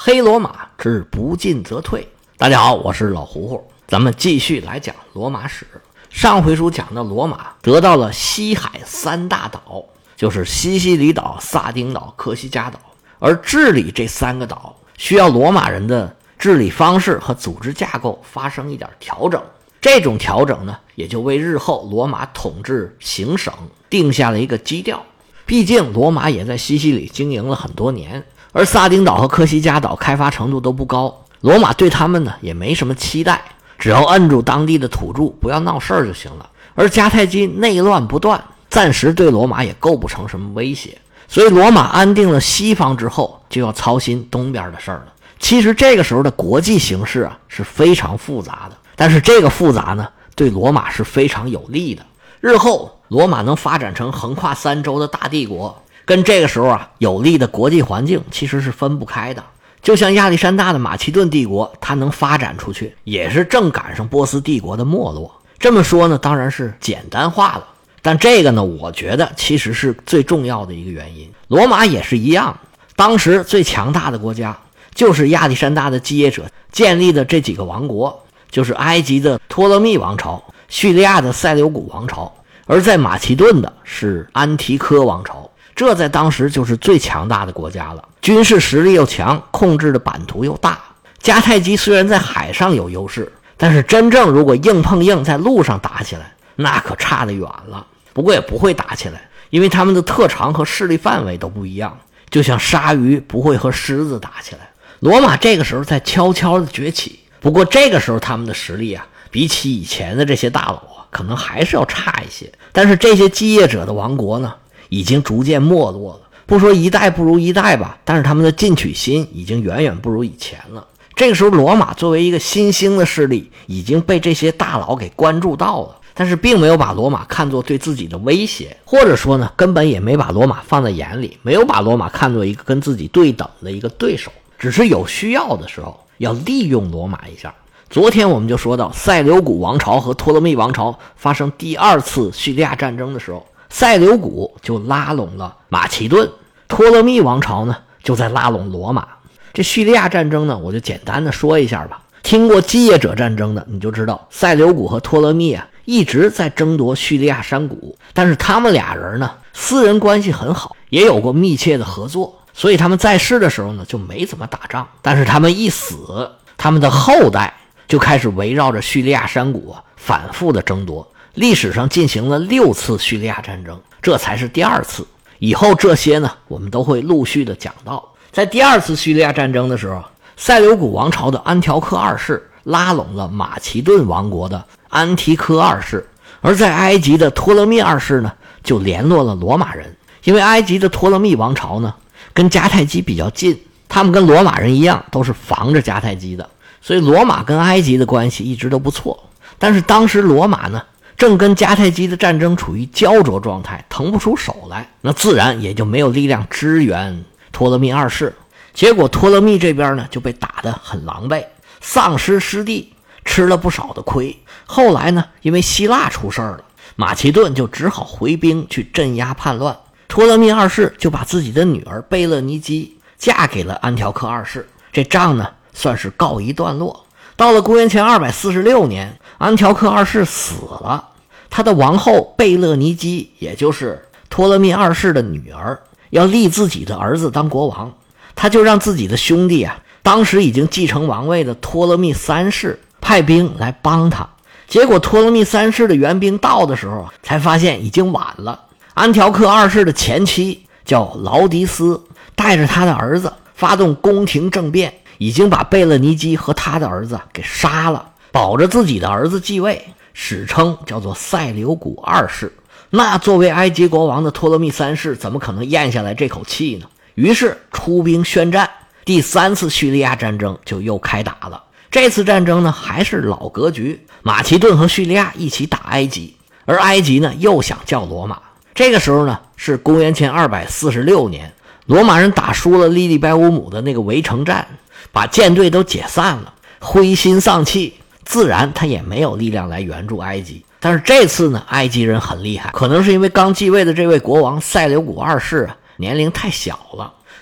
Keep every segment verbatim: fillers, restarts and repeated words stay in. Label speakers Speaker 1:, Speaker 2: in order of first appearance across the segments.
Speaker 1: 黑罗马之不进则退。大家好，我是老胡胡，咱们继续来讲罗马史。上回书讲到罗马得到了西海三大岛，就是西西里岛、萨丁岛、科西嘉岛，而治理这三个岛需要罗马人的治理方式和组织架构发生一点调整。这种调整呢，也就为日后罗马统治行省定下了一个基调。毕竟罗马也在西西里经营了很多年，而萨丁岛和科西嘉岛开发程度都不高，罗马对他们呢也没什么期待，只要摁住当地的土著，不要闹事儿就行了。而迦太基内乱不断，暂时对罗马也构不成什么威胁，所以罗马安定了西方之后，就要操心东边的事儿了。其实这个时候的国际形势啊是非常复杂的，但是这个复杂呢，对罗马是非常有利的。日后罗马能发展成横跨三洲的大帝国，跟这个时候啊有利的国际环境其实是分不开的。就像亚历山大的马其顿帝国，它能发展出去，也是正赶上波斯帝国的没落。这么说呢，当然是简单化了，但这个呢，我觉得其实是最重要的一个原因。罗马也是一样，当时最强大的国家就是亚历山大的继业者建立的这几个王国，就是埃及的托勒密王朝、叙利亚的塞琉古王朝，而在马其顿的是安提柯王朝。这在当时就是最强大的国家了，军事实力又强，控制的版图又大。迦太基虽然在海上有优势，但是真正如果硬碰硬在路上打起来，那可差得远了。不过也不会打起来，因为他们的特长和势力范围都不一样，就像鲨鱼不会和狮子打起来。罗马这个时候在悄悄的崛起，不过这个时候他们的实力啊，比起以前的这些大佬啊，可能还是要差一些。但是这些继业者的王国呢，已经逐渐没落了，不说一代不如一代吧，但是他们的进取心已经远远不如以前了。这个时候罗马作为一个新兴的势力，已经被这些大佬给关注到了，但是并没有把罗马看作对自己的威胁，或者说呢，根本也没把罗马放在眼里，没有把罗马看作一个跟自己对等的一个对手，只是有需要的时候要利用罗马一下。昨天我们就说到塞琉古王朝和托勒密王朝发生第二次叙利亚战争的时候，塞琉古就拉拢了马其顿，托勒密王朝呢就在拉拢罗马。这叙利亚战争呢，我就简单的说一下吧。听过继业者战争的你就知道，塞琉古和托勒密啊一直在争夺叙利亚山谷，但是他们俩人呢私人关系很好，也有过密切的合作，所以他们在世的时候呢就没怎么打仗。但是他们一死，他们的后代就开始围绕着叙利亚山谷啊反复的争夺。历史上进行了六次叙利亚战争，这才是第二次。以后这些呢，我们都会陆续的讲到。在第二次叙利亚战争的时候，塞琉古王朝的安条克二世拉拢了马其顿王国的安提柯二世，而在埃及的托勒密二世呢，就联络了罗马人。因为埃及的托勒密王朝呢，跟迦太基比较近，他们跟罗马人一样，都是防着迦太基的，所以罗马跟埃及的关系一直都不错。但是当时罗马呢，正跟迦太基的战争处于焦灼状态，腾不出手来，那自然也就没有力量支援托勒密二世。结果托勒密这边呢就被打得很狼狈，丧失失地，吃了不少的亏。后来呢，因为希腊出事了，马其顿就只好回兵去镇压叛乱。托勒密二世就把自己的女儿贝勒尼基嫁给了安条克二世，这仗呢算是告一段落。到了公元前二百四十六年，安条克二世死了，他的王后贝勒尼基，也就是托勒密二世的女儿，要立自己的儿子当国王，他就让自己的兄弟啊，当时已经继承王位的托勒密三世派兵来帮他。结果托勒密三世的援兵到的时候，才发现已经晚了。安条克二世的前妻叫劳迪斯，带着他的儿子发动宫廷政变，已经把贝勒尼基和他的儿子给杀了，保着自己的儿子继位，史称叫做塞琉古二世。那作为埃及国王的托勒密三世怎么可能咽下来这口气呢？于是出兵宣战，第三次叙利亚战争就又开打了。这次战争呢还是老格局，马其顿和叙利亚一起打埃及，而埃及呢又想叫罗马。这个时候呢是公元前二百四十六年，罗马人打输了利利白乌姆的那个围城战，把舰队都解散了，灰心丧气，自然他也没有力量来援助埃及。但是这次呢，埃及人很厉害，可能是因为刚继位的这位国王塞琉古二世啊年龄太小了，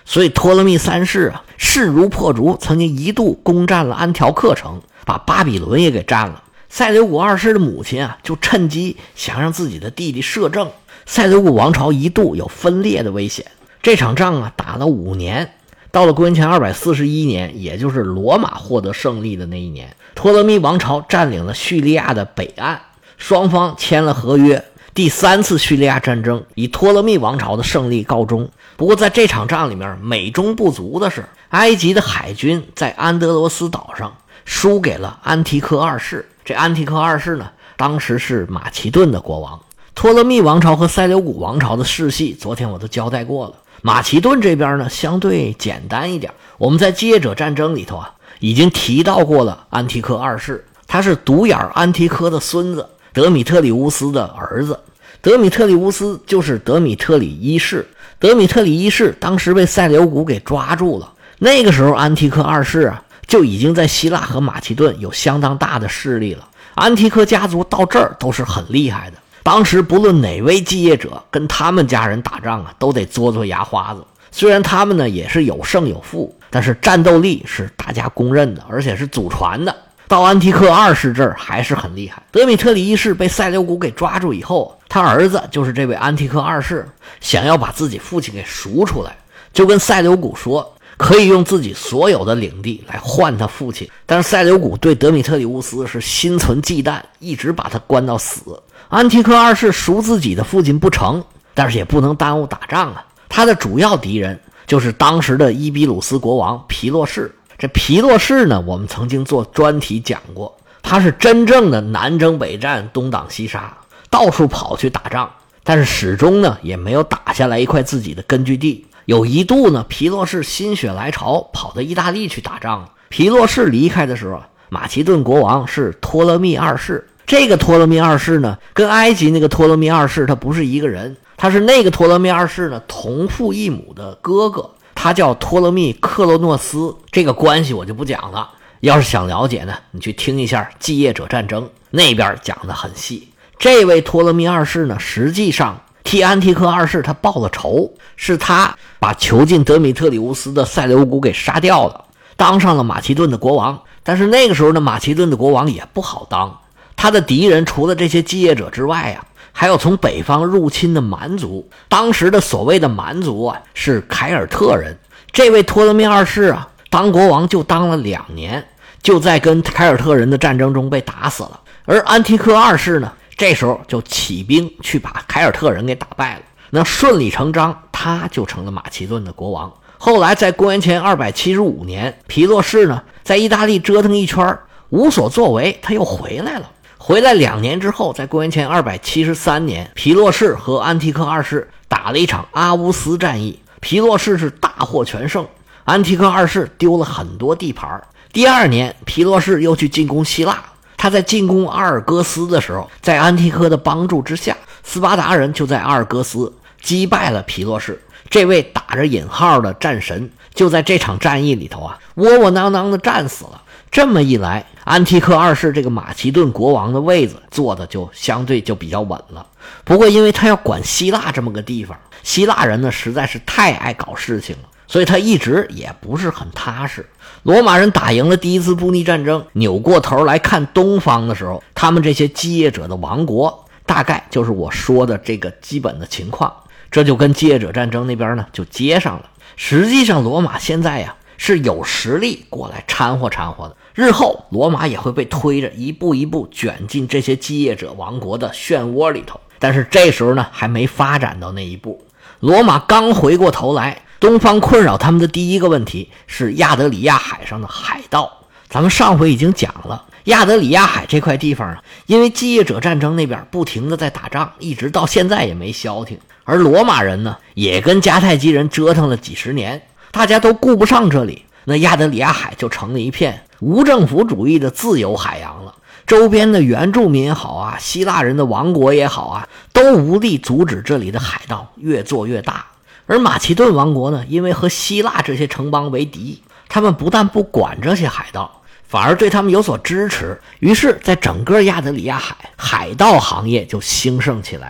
Speaker 1: 所以托勒密三世啊势如破竹，曾经一度攻占了安条克城，把巴比伦也给占了。塞琉古二世的母亲啊就趁机想让自己的弟弟摄政，塞琉古王朝一度有分裂的危险。这场仗啊打了五年，到了公元前二百四十一年，也就是罗马获得胜利的那一年，托勒密王朝占领了叙利亚的北岸，双方签了合约。第三次叙利亚战争以托勒密王朝的胜利告终。不过在这场仗里面，美中不足的是，埃及的海军在安德罗斯岛上输给了安提柯二世。这安提柯二世呢，当时是马其顿的国王。托勒密王朝和塞琉古王朝的世系昨天我都交代过了。马其顿这边呢相对简单一点，我们在继业者战争里头啊已经提到过了安提柯二世，他是独眼安提柯的孙子，德米特里乌斯的儿子。德米特里乌斯就是德米特里一世，德米特里一世当时被塞琉古给抓住了。那个时候安提柯二世啊就已经在希腊和马其顿有相当大的势力了。安提柯家族到这儿都是很厉害的，当时不论哪位继业者跟他们家人打仗啊都得嘬嘬牙花子。虽然他们呢也是有胜有负，但是战斗力是大家公认的，而且是祖传的。到安提柯二世这儿还是很厉害。德米特里一世被塞琉古给抓住以后，他儿子就是这位安提柯二世想要把自己父亲给赎出来，就跟塞琉古说可以用自己所有的领地来换他父亲。但是塞琉古对德米特里乌斯是心存忌惮，一直把他关到死。安提柯二世赎自己的父亲不成，但是也不能耽误打仗啊。他的主要敌人就是当时的伊比鲁斯国王皮洛士。这皮洛士呢，我们曾经做专题讲过，他是真正的南征北战，东挡西杀，到处跑去打仗，但是始终呢也没有打下来一块自己的根据地。有一度呢，皮洛士心血来潮跑到意大利去打仗。皮洛士离开的时候，马其顿国王是托勒密二世。这个托勒密二世呢，跟埃及那个托勒密二世他不是一个人，他是那个托勒密二世呢同父异母的哥哥。他叫托勒密克洛诺斯，这个关系我就不讲了。要是想了解呢，你去听一下继业者战争，那边讲得很细。这位托勒密二世呢，实际上替安提柯二世他报了仇，是他把囚禁德米特里乌斯的塞琉古给杀掉了，当上了马其顿的国王。但是那个时候呢，马其顿的国王也不好当，他的敌人除了这些继业者之外啊，还有从北方入侵的蛮族。当时的所谓的蛮族啊，是凯尔特人。这位托勒密二世啊，当国王就当了两年，就在跟凯尔特人的战争中被打死了。而安提柯二世呢，这时候就起兵去把凯尔特人给打败了。那顺理成章，他就成了马其顿的国王。后来在公元前二百七十五年，皮洛士呢在意大利折腾一圈无所作为，他又回来了。回来两年之后，在公元前二百七十三年，皮洛士和安提柯二世打了一场阿乌斯战役，皮洛士是大获全胜，安提柯二世丢了很多地盘。第二年，皮洛士又去进攻希腊，他在进攻阿尔戈斯的时候，在安提柯的帮助之下，斯巴达人就在阿尔戈斯击败了皮洛士。这位打着引号的战神就在这场战役里头啊，窝窝囊囊的战死了。这么一来，安提柯二世这个马其顿国王的位子坐的就相对就比较稳了。不过因为他要管希腊这么个地方，希腊人呢实在是太爱搞事情了，所以他一直也不是很踏实。罗马人打赢了第一次布匿战争，扭过头来看东方的时候，他们这些继业者的王国大概就是我说的这个基本的情况。这就跟继业者战争那边呢就接上了。实际上罗马现在呀是有实力过来掺和掺和的，日后罗马也会被推着一步一步卷进这些继业者王国的漩涡里头，但是这时候呢还没发展到那一步。罗马刚回过头来，东方困扰他们的第一个问题是亚得里亚海上的海盗。咱们上回已经讲了，亚得里亚海这块地方啊，因为继业者战争那边不停的在打仗，一直到现在也没消停。而罗马人呢也跟迦太基人折腾了几十年，大家都顾不上这里，那亚得里亚海就成了一片无政府主义的自由海洋了。周边的原住民也好啊，希腊人的王国也好啊，都无力阻止这里的海盗越做越大。而马其顿王国呢，因为和希腊这些城邦为敌，他们不但不管这些海盗，反而对他们有所支持。于是在整个亚得里亚海，海盗行业就兴盛起来了。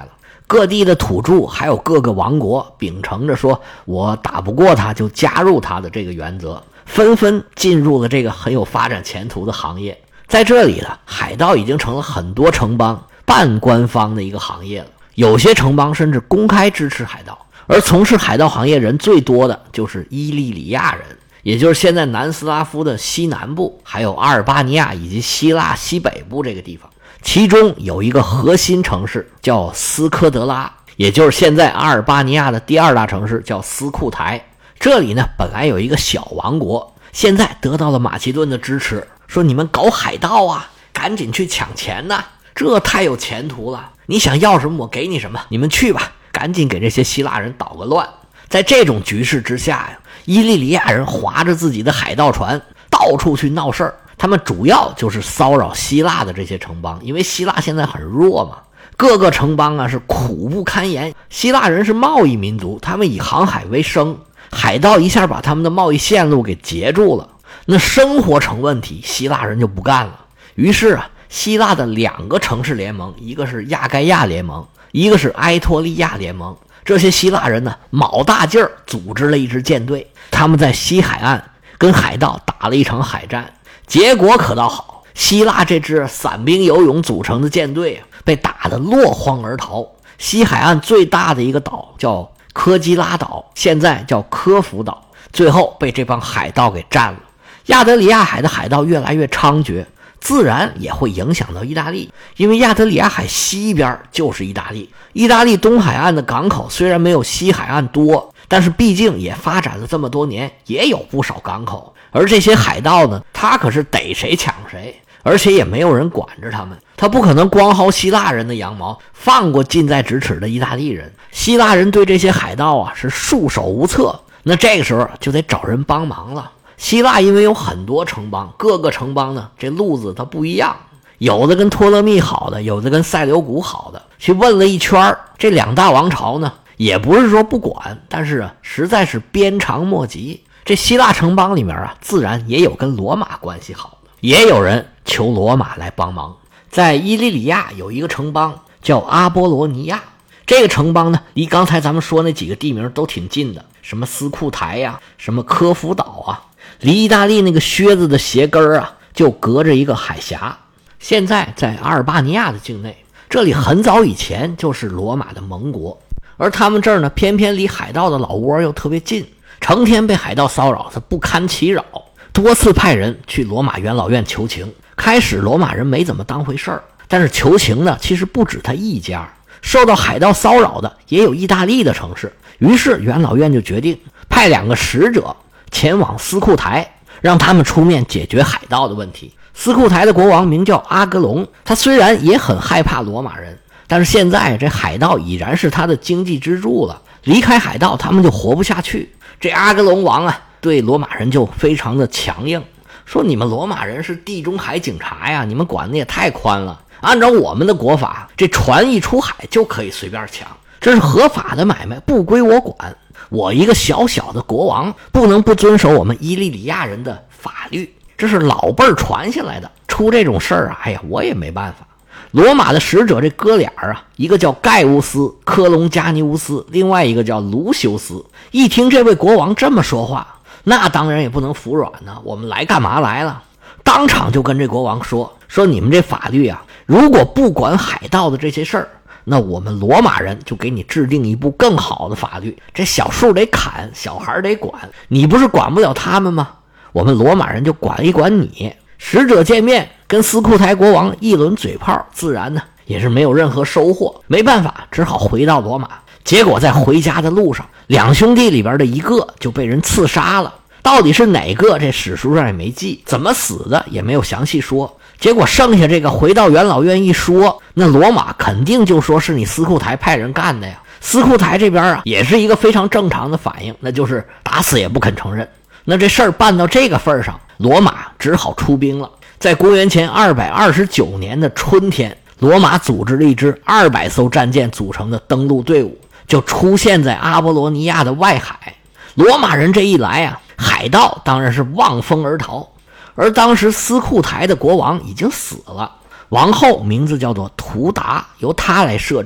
Speaker 1: 各地的土著还有各个王国秉承着说我打不过他就加入他的这个原则，纷纷进入了这个很有发展前途的行业。在这里呢，海盗已经成了很多城邦半官方的一个行业了，有些城邦甚至公开支持海盗。而从事海盗行业人最多的就是伊利里亚人，也就是现在南斯拉夫的西南部，还有阿尔巴尼亚以及希腊西北部这个地方。其中有一个核心城市叫斯科德拉，也就是现在阿尔巴尼亚的第二大城市，叫斯库台。这里呢本来有一个小王国，现在得到了马其顿的支持，说你们搞海盗啊，赶紧去抢钱呐，这太有前途了，你想要什么我给你什么，你们去吧，赶紧给这些希腊人捣个乱。在这种局势之下呀，伊利里亚人划着自己的海盗船到处去闹事儿，他们主要就是骚扰希腊的这些城邦，因为希腊现在很弱嘛，各个城邦啊是苦不堪言。希腊人是贸易民族，他们以航海为生，海盗一下把他们的贸易线路给截住了，那生活成问题，希腊人就不干了。于是啊，希腊的两个城市联盟，一个是亚该亚联盟，一个是埃托利亚联盟。这些希腊人呢，卯大劲儿组织了一支舰队，他们在西海岸跟海盗打了一场海战，结果可倒好，希腊这支散兵游勇组成的舰队被打得落荒而逃。西海岸最大的一个岛叫科基拉岛，现在叫科孚岛，最后被这帮海盗给占了。亚得里亚海的海盗越来越猖獗，自然也会影响到意大利，因为亚得里亚海西边就是意大利。意大利东海岸的港口虽然没有西海岸多，但是毕竟也发展了这么多年，也有不少港口。而这些海盗呢，他可是逮谁抢谁，而且也没有人管着他们，他不可能光薅希腊人的羊毛，放过近在咫尺的意大利人。希腊人对这些海盗啊是束手无策，那这个时候就得找人帮忙了。希腊因为有很多城邦，各个城邦呢这路子它不一样，有的跟托勒密好的，有的跟塞琉古好的，去问了一圈，这两大王朝呢也不是说不管，但是啊实在是鞭长莫及。这希腊城邦里面啊，自然也有跟罗马关系好的，也有人求罗马来帮忙。在伊利里亚有一个城邦叫阿波罗尼亚，这个城邦呢离刚才咱们说那几个地名都挺近的，什么斯库台呀、啊，什么科孚岛啊，离意大利那个靴子的鞋跟啊就隔着一个海峡。现在在阿尔巴尼亚的境内，这里很早以前就是罗马的盟国，而他们这儿呢偏偏离海盗的老窝又特别近，成天被海盗骚扰，他不堪其扰，多次派人去罗马元老院求情。开始罗马人没怎么当回事儿，但是求情呢其实不止他一家，受到海盗骚扰的也有意大利的城市。于是元老院就决定派两个使者前往斯库台，让他们出面解决海盗的问题。斯库台的国王名叫阿格隆，他虽然也很害怕罗马人，但是现在这海盗已然是他的经济支柱了，离开海盗他们就活不下去。这阿格隆王啊对罗马人就非常的强硬，说你们罗马人是地中海警察呀，你们管的也太宽了，按照我们的国法，这船一出海就可以随便抢，这是合法的买卖，不归我管。我一个小小的国王不能不遵守我们伊利里亚人的法律，这是老辈儿传下来的，出这种事儿啊，哎呀，我也没办法。罗马的使者这哥俩啊，一个叫盖乌斯科隆加尼乌斯，另外一个叫卢修斯。一听这位国王这么说话，那当然也不能服软呢，我们来干嘛来了？当场就跟这国王说说你们这法律啊，如果不管海盗的这些事儿，那我们罗马人就给你制定一部更好的法律，这小树得砍，小孩得管，你不是管不了他们吗？我们罗马人就管一管你。使者见面跟斯库台国王一轮嘴炮，自然呢也是没有任何收获，没办法只好回到罗马。结果在回家的路上，两兄弟里边的一个就被人刺杀了，到底是哪个这史书上也没记，怎么死的也没有详细说。结果剩下这个回到元老院一说，那罗马肯定就说是你斯库台派人干的呀。斯库台这边啊也是一个非常正常的反应，那就是打死也不肯承认。那这事儿办到这个份上，罗马只好出兵了。在公元前二百二十九年的春天，罗马组织了一支二百艘战舰组成的登陆队伍，就出现在阿波罗尼亚的外海。罗马人这一来啊，海盗当然是望风而逃。而当时斯库台的国王已经死了，王后名字叫做图达，由他来摄政。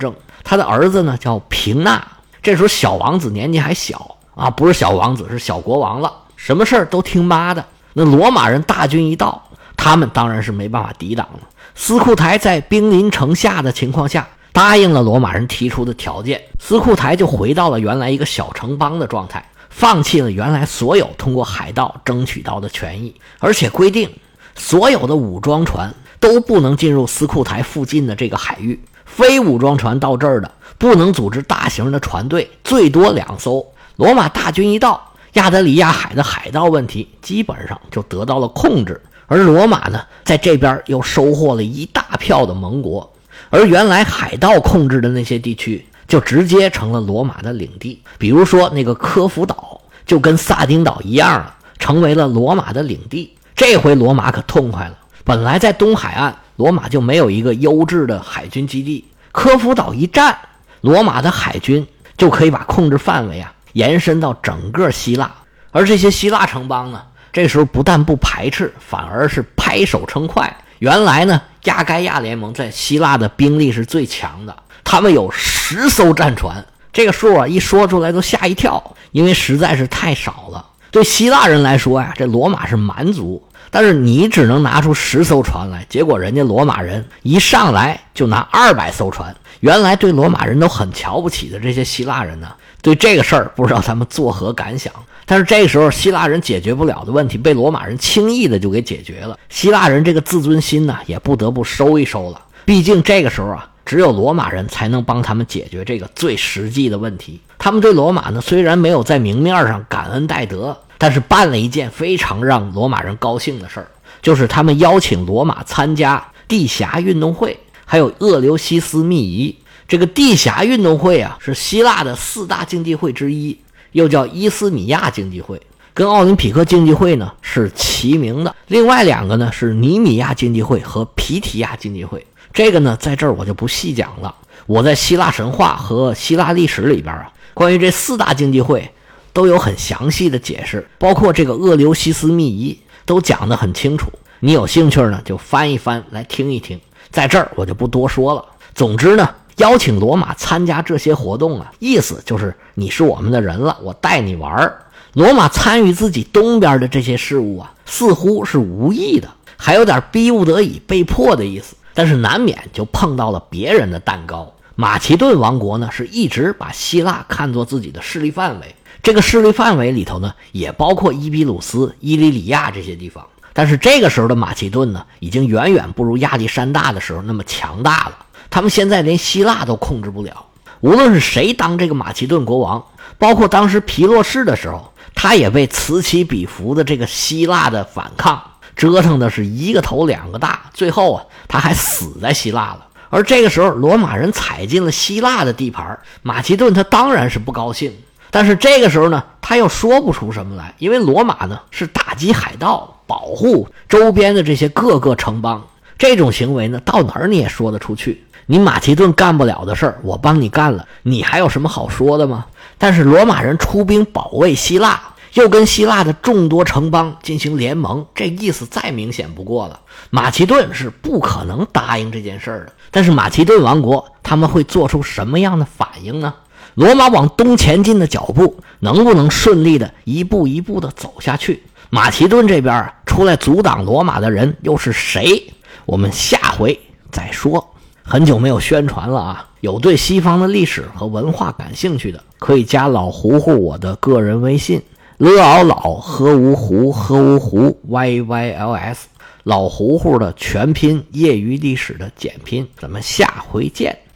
Speaker 1: 他的儿子呢叫平纳。这时候小王子年纪还小啊，不是小王子，是小国王了，什么事儿都听妈的。那罗马人大军一到，他们当然是没办法抵挡了。司库台在兵临城下的情况下，答应了罗马人提出的条件，司库台就回到了原来一个小城邦的状态，放弃了原来所有通过海盗争取到的权益，而且规定所有的武装船都不能进入司库台附近的这个海域，非武装船到这儿的不能组织大型的船队，最多两艘。罗马大军一到，亚得里亚海的海盗问题基本上就得到了控制，而罗马呢，在这边又收获了一大票的盟国，而原来海盗控制的那些地区就直接成了罗马的领地。比如说那个科孚岛就跟萨丁岛一样了，成为了罗马的领地。这回罗马可痛快了，本来在东海岸罗马就没有一个优质的海军基地，科孚岛一战，罗马的海军就可以把控制范围啊延伸到整个希腊。而这些希腊城邦呢，这时候不但不排斥，反而是拍手称快。原来呢，亚该亚联盟在希腊的兵力是最强的，他们有十艘战船，这个数啊一说出来都吓一跳，因为实在是太少了。对希腊人来说呀，这罗马是蛮族，但是你只能拿出十艘船来，结果人家罗马人一上来就拿二百艘船。原来对罗马人都很瞧不起的这些希腊人呢，对这个事儿不知道他们作何感想。但是这个时候希腊人解决不了的问题被罗马人轻易的就给解决了，希腊人这个自尊心呢也不得不收一收了。毕竟这个时候啊，只有罗马人才能帮他们解决这个最实际的问题。他们对罗马呢虽然没有在明面上感恩戴德，但是办了一件非常让罗马人高兴的事儿，就是他们邀请罗马参加地峡运动会还有厄流西斯密仪。这个地峡运动会啊是希腊的四大竞技会之一，又叫伊斯米亚竞技会，跟奥林匹克竞技会呢是齐名的。另外两个呢是尼米亚竞技会和皮提亚竞技会，这个呢在这儿我就不细讲了。我在希腊神话和希腊历史里边啊，关于这四大竞技会都有很详细的解释，包括这个厄流西斯密仪都讲得很清楚。你有兴趣呢就翻一翻来听一听，在这儿我就不多说了。总之呢，邀请罗马参加这些活动啊，意思就是你是我们的人了，我带你玩。罗马参与自己东边的这些事务啊，似乎是无意的，还有点逼不得已被迫的意思，但是难免就碰到了别人的蛋糕。马其顿王国呢是一直把希腊看作自己的势力范围，这个势力范围里头呢也包括伊比鲁斯、伊利里亚这些地方。但是这个时候的马其顿呢已经远远不如亚历山大的时候那么强大了，他们现在连希腊都控制不了。无论是谁当这个马其顿国王，包括当时皮洛士的时候，他也被此起彼伏的这个希腊的反抗折腾的是一个头两个大，最后啊他还死在希腊了。而这个时候罗马人踩进了希腊的地盘，马其顿他当然是不高兴，但是这个时候呢他又说不出什么来，因为罗马呢是打击海盗，保护周边的这些各个城邦，这种行为呢到哪儿你也说得出去。你马其顿干不了的事儿我帮你干了，你还有什么好说的吗？但是罗马人出兵保卫希腊，又跟希腊的众多城邦进行联盟，这意思再明显不过了。马其顿是不可能答应这件事儿的，但是马其顿王国他们会做出什么样的反应呢？罗马往东前进的脚步能不能顺利的一步一步的走下去？马其顿这边出来阻挡罗马的人又是谁？我们下回再说。很久没有宣传了啊，有对西方的历史和文化感兴趣的，可以加老胡胡我的个人微信了嗷老喝无胡喝无胡 Y Y L S， 老胡胡的全拼，业余历史的简拼。咱们下回见。